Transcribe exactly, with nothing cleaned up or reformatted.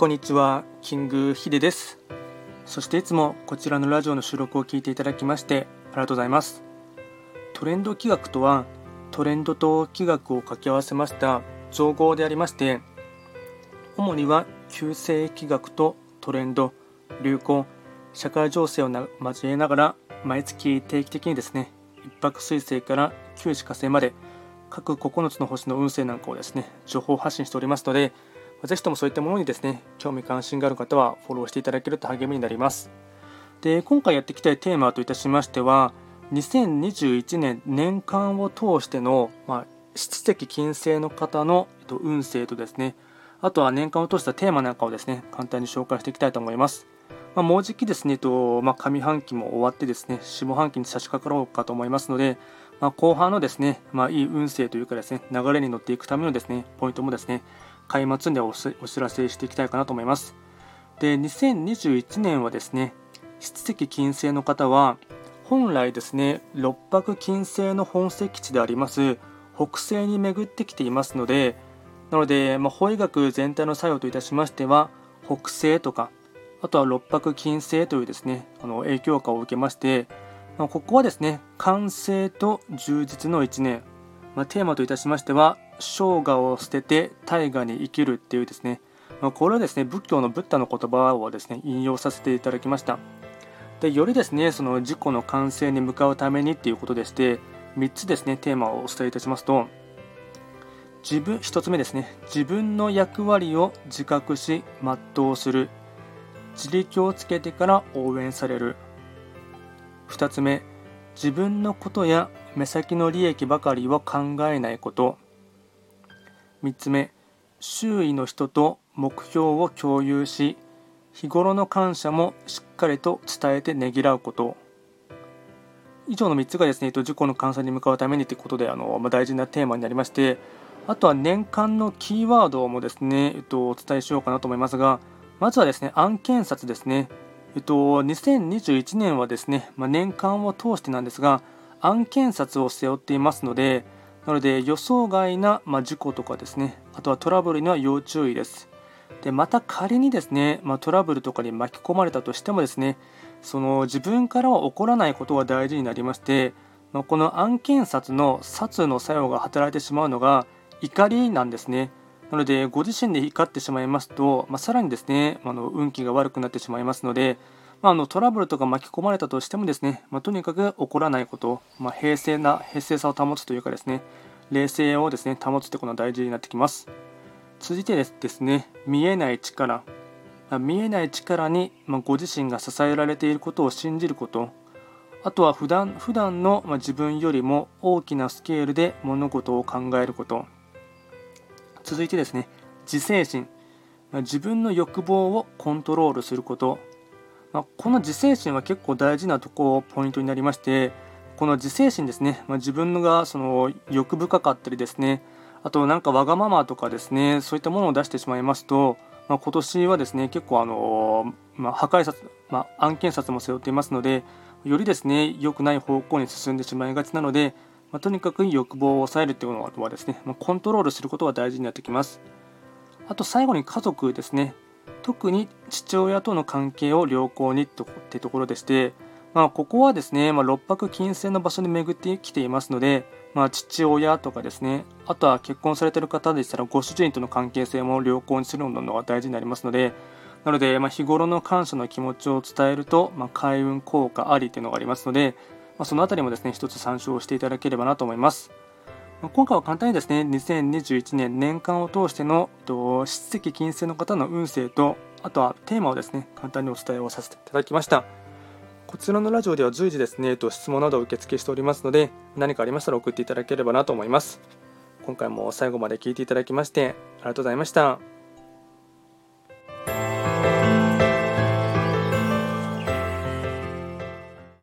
こんにちは、キングヒデです。そしていつもこちらのラジオの収録を聞いていただきましてありがとうございます。トレンド企画とは、トレンドと企画を掛け合わせました造語でありまして、主には旧世企画とトレンド、流行、社会情勢をな交えながら毎月定期的にですね、一泊水星から九死火星まで各ここのつの星の運勢なんかをですね、情報発信しておりますので、ぜひともそういったものにですね、興味関心がある方はフォローしていただけると励みになります。で、今回やっていきたいテーマといたしましては、にせんにじゅういちねん年間を通しての、まあ、七石金星の方の、えっと、運勢とですね、あとは年間を通したテーマなんかをですね、簡単に紹介していきたいと思います。まあ、もうじきですね、とまあ、上半期も終わってですね、下半期に差し掛かろうかと思いますので、まあ、後半のですね、まあ、いい運勢というかですね、流れに乗っていくためのですね、ポイントもですね、開末でお知らせしていきたいかなと思います。で、にせんにじゅういちねんはですね、七石金星の方は、本来ですね、六白金星の本石地であります北西に巡ってきていますので、なので、まあ、法医学全体の作用といたしましては、北西とか、あとは六白金星というですね、あの影響下を受けまして、まあ、ここはですね、完成と充実のいちねん、まあ、テーマといたしましては、生涯を捨てて大河に生きるっていうですね、まあ、これはですね、仏教のブッダの言葉をですね、引用させていただきました。で、よりですね、その自己の完成に向かうためにっていうことでして、みっつですね、テーマをお伝えいたしますと、自分、ひとつめですね、自分の役割を自覚し全うする。自力をつけてから応援される。ふたつめ、自分のことや目先の利益ばかりを考えないこと。みっつめ、周囲の人と目標を共有し、日頃の感謝もしっかりと伝えてねぎらうこと。以上のみっつがですね、自己の完成に向かうためにということで、あの、まあ、大事なテーマになりまして、あとは年間のキーワードもですね、えっと、お伝えしようかなと思いますが、まずはですね、案件札ですね。えっと、にせんにじゅういちねんはですね、まあ、年間を通してなんですが、案件札を背負っていますので、なので予想外な、まあ、事故とかですね、あとはトラブルには要注意です。で、また仮にですね、まあ、トラブルとかに巻き込まれたとしてもですね、その自分からは起こらないことが大事になりまして、まあ、この案件札の殺の作用が働いてしまうのが怒りなんですね。なので、ご自身で怒ってしまいますと、まあ、さらにですね、あの運気が悪くなってしまいますので、まあ、あのトラブルとか巻き込まれたとしてもですね、まあ、とにかく起こらないこと、まあ、平静な平静さを保つというかですね、冷静をですね保つということが大事になってきます。続いてですね、見えない力、まあ、見えない力に、まあ、ご自身が支えられていることを信じること、あとは普段普段の、まあ、自分よりも大きなスケールで物事を考えること。続いてですね、自制心、まあ、自分の欲望をコントロールすること。まあ、この自制心は結構大事なところポイントになりまして、この自制心ですね、まあ、自分がその欲深かったりですね、あとなんかわがままとかですね、そういったものを出してしまいますと、まあ、今年はですね結構あの、まあ、破壊札、まあ、案件札も背負っていますので、よりですね良くない方向に進んでしまいがちなので、まあ、とにかく欲望を抑えるというのはですね、まあ、コントロールすることが大事になってきます。あと最後に家族ですね。特に父親との関係を良好にとってところでして、まあ、ここはですね、まあ、六白金星の場所に巡ってきていますので、まあ、父親とかですね、あとは結婚されている方でしたらご主人との関係性も良好にするのが大事になりますので、なので、まあ、日頃の感謝の気持ちを伝えると、まあ、開運効果ありというのがありますので、まあ、そのあたりもですね一つ参照していただければなと思います。今回は簡単にですね、にせんにじゅういちねん年間を通しての七石金星の方の運勢と、あとはテーマをですね、簡単にお伝えをさせていただきました。こちらのラジオでは随時ですね、質問などを受付しておりますので、何かありましたら送っていただければなと思います。今回も最後まで聞いていただきましてありがとうございました。